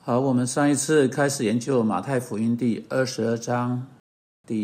好，我们上一次开始研究马太福音第22章第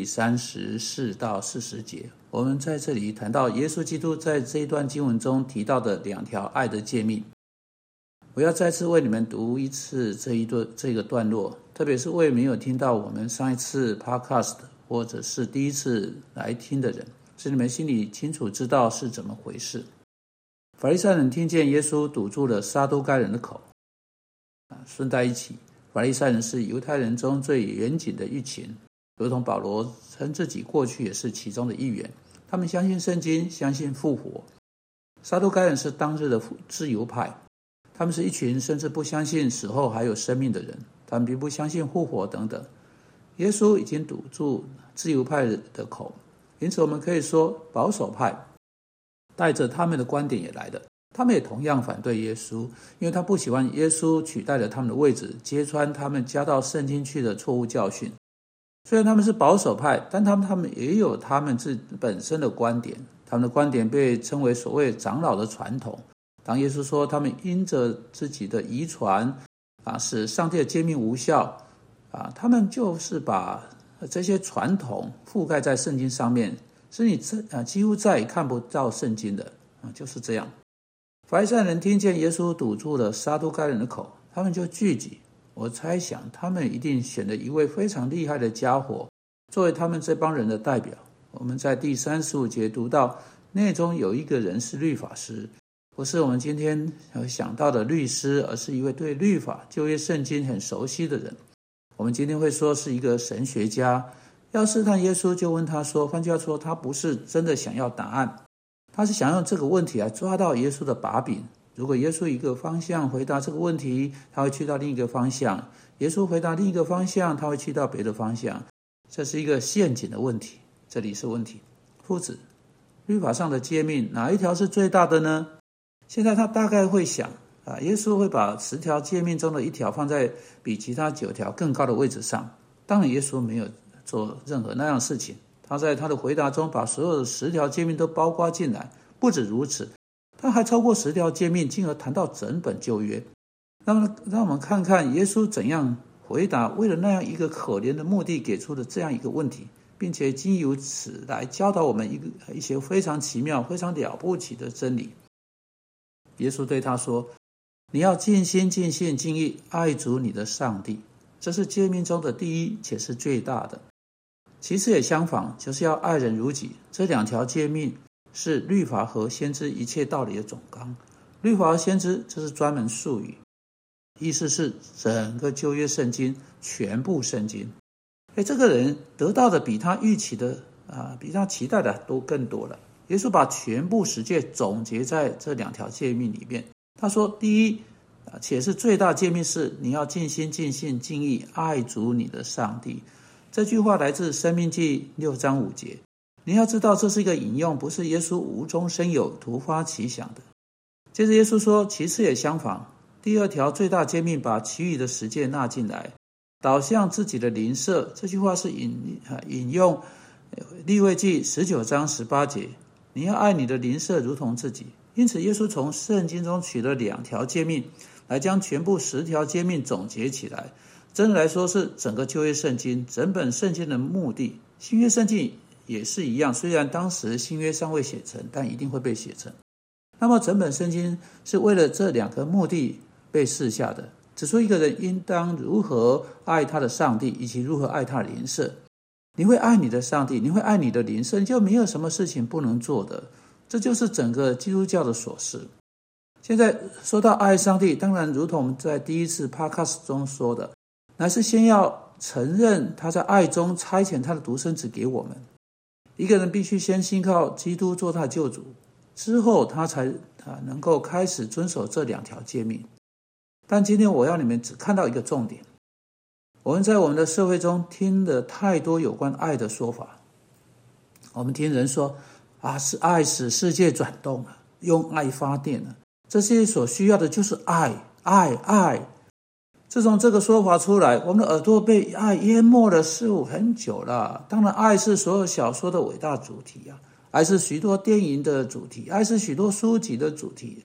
34到40节，我们在这里谈到耶稣基督在这一段经文中提到的2条爱的诫命。我要再次为你们读一次这个段落，特别是为没有听到我们上一次 podcast 或者是第一次来听的人，使你们心里清楚知道是怎么回事。法利赛人听见耶稣堵住了撒都该人的口。顺带一起，法利赛人是犹太人中最严谨的一群，如同保罗称自己过去也是其中的一员。他们相信圣经，相信复活。撒都该人是当日的自由派，他们是一群甚至不相信死后还有生命的人，他们并不相信复活等等。耶稣已经堵住自由派的口，因此我们可以说保守派带着他们的观点也来的。他们也同样反对耶稣，因为他不喜欢耶稣取代了他们的位置，揭穿他们加到圣经去的错误教训。虽然他们是保守派，但他们也有他们自本身的观点，他们的观点被称为所谓长老的传统。当耶稣说他们因着自己的遗传使上帝的诫命无效他们就是把这些传统覆盖在圣经上面，使你几乎再也看不到圣经的就是这样。法利赛人听见耶稣堵住了撒都该人的口，他们就聚集。我猜想他们一定选了一位非常厉害的家伙作为他们这帮人的代表。我们在第35节读到，内中有一个人是律法师，不是我们今天想到的律师，而是一位对律法旧约圣经很熟悉的人。我们今天会说是一个神学家。要试探耶稣，就问他说，换句话说，他不是真的想要答案，他是想用这个问题来抓到耶稣的把柄。如果耶稣一个方向回答这个问题，他会去到另一个方向；耶稣回答另一个方向，他会去到别的方向。这是一个陷阱的问题。这里是问题，夫子，律法上的诫命哪一条是最大的呢？现在他大概会想耶稣会把10条诫命中的一条放在比其他9条更高的位置上。当然耶稣没有做任何那样的事情，他在他的回答中把所有的10条诫命都包括进来。不止如此，他还超过10条诫命，进而谈到整本旧约。那么让我们看看耶稣怎样回答为了那样一个可怜的目的给出的这样一个问题，并且经由此来教导我们一些非常奇妙非常了不起的真理。耶稣对他说，你要尽心尽性尽意爱主你的上帝，这是诫命中的第一，且是最大的。其次也相仿，就是要爱人如己。这2条诫命是律法和先知一切道理的总纲。律法和先知这是专门术语，意思是整个旧约圣经，全部圣经。这个人得到的比他预期的比他期待的都更多了。耶稣把全部10诫总结在这2条诫命里面。他说第一且是最大诫命是你要尽心尽性尽意爱主你的上帝。这句话来自申命记6章5节。你要知道这是一个引用，不是耶稣无中生有突发奇想的。接着耶稣说，其次也相仿，第2条最大诫命把其余的10诫纳进来，导向自己的邻舍。这句话是引用利未记19章18节，你要爱你的邻舍如同自己。因此耶稣从圣经中取了2条诫命来将全部10条诫命总结起来。真的来说是整个旧约圣经，整本圣经的目的。新约圣经也是一样，虽然当时新约尚未写成，但一定会被写成。那么整本圣经是为了这2个目的被赐下的，指出一个人应当如何爱他的上帝，以及如何爱他的邻舍。你会爱你的上帝，你会爱你的邻舍，你就没有什么事情不能做的。这就是整个基督教的琐事。现在说到爱上帝，当然如同我们在第一次 podcast 中说的，乃是先要承认他在爱中差遣他的独生子给我们。一个人必须先信靠基督做他的救主，之后他才能够开始遵守这2条诫命。但今天我要你们只看到一个重点。我们在我们的社会中听了太多有关爱的说法。我们听人说是爱使世界转动用爱发电这些所需要的就是爱。自从这个说法出来，我们的耳朵被爱淹没了似乎很久了。当然爱是所有小说的伟大主题爱是许多电影的主题，爱是许多书籍的主题，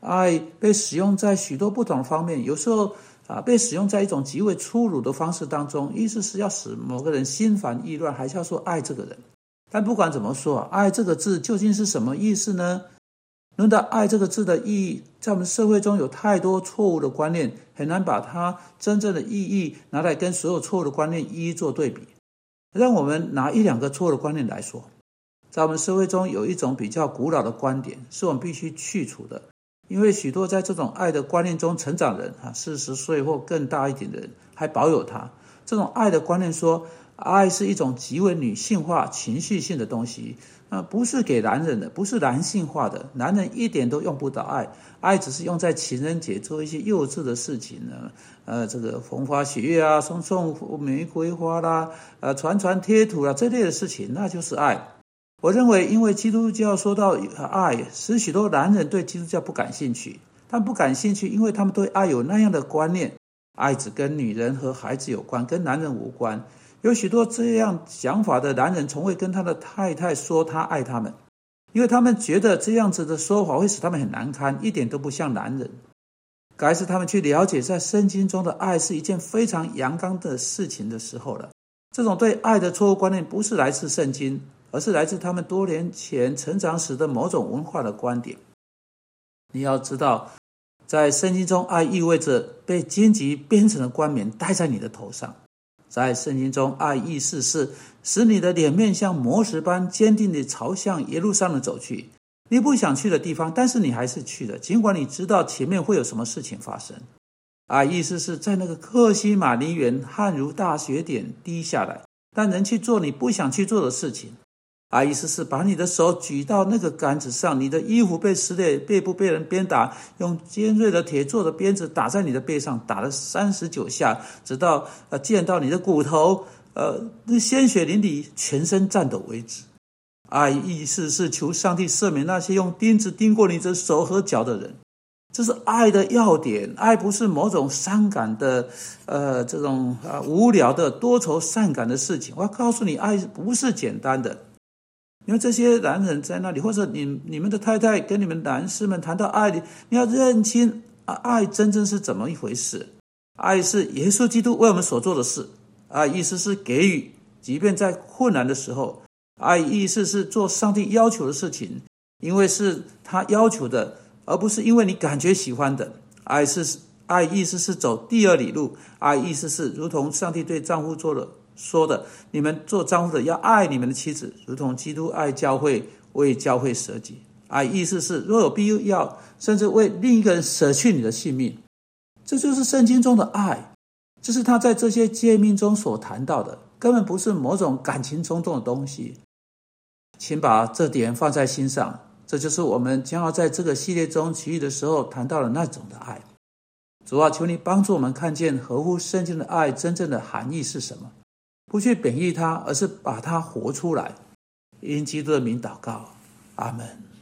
爱被使用在许多不同的方面，有时候被使用在一种极为粗鲁的方式当中，意思是要使某个人心烦意乱，还是要说爱这个人。但不管怎么说，爱这个字究竟是什么意思呢？论到爱这个字的意义，在我们社会中有太多错误的观念，很难把它真正的意义拿来跟所有错误的观念一一做对比。让我们拿一两个错误的观念来说。在我们社会中有一种比较古老的观点，是我们必须去除的，因为许多在这种爱的观念中成长人40岁或更大一点的人还保有它。这种爱的观念说，爱是一种极为女性化情绪性的东西，不是给男人的，不是男性化的，男人一点都用不到爱，爱只是用在情人节做一些幼稚的事情呢，这个风花雪月啊，送送玫瑰花啦，传传贴图啦，这类的事情，那就是爱。我认为因为基督教说到爱，使许多男人对基督教不感兴趣。他们不感兴趣，因为他们对爱有那样的观念，爱只跟女人和孩子有关，跟男人无关。有许多这样想法的男人从未跟他的太太说他爱他们，因为他们觉得这样子的说法会使他们很难堪，一点都不像男人。该是他们去了解在圣经中的爱是一件非常阳刚的事情的时候了。这种对爱的错误观念不是来自圣经，而是来自他们多年前成长时的某种文化的观点。你要知道，在圣经中，爱意味着被荆棘编成的冠冕戴在你的头上。在圣经中，爱意思是使你的脸面像磨石般坚定地朝向耶路撒冷走去。你不想去的地方，但是你还是去了，尽管你知道前面会有什么事情发生。爱意思是在那个克西马尼园汗如大雪点滴下来，但能去做你不想去做的事情。爱意思是把你的手举到那个杆子上，你的衣服被撕裂，背部被人鞭打，用尖锐的铁做的鞭子打在你的背上，打了39下，直到见到你的骨头鲜血淋漓，全身颤抖为止。爱意思是求上帝赦免那些用钉子钉过你的手和脚的人。这是爱的要点。爱不是某种伤感的这种无聊的多愁善感的事情。我要告诉你，爱不是简单的。因为这些男人在那里，或者你们的太太跟你们男士们谈到爱，你要认清爱真正是怎么一回事。爱是耶稣基督为我们所做的事。爱意思是给予，即便在困难的时候。爱意思是做上帝要求的事情，因为是他要求的，而不是因为你感觉喜欢的。爱意思是走第二里路。爱意思是如同上帝对丈夫说的，你们做丈夫的要爱你们的妻子，如同基督爱教会，为教会舍己。爱意思是若有必要，甚至为另一个人舍去你的性命。这就是圣经中的爱，这是他在这些诫命中所谈到的，根本不是某种感情冲动的东西。请把这点放在心上，这就是我们将要在这个系列中其余的时候谈到的那种的爱。主啊，求你帮助我们看见合乎圣经的爱真正的含义是什么，不去贬义它，而是把它活出来。因基督的名祷告，阿们。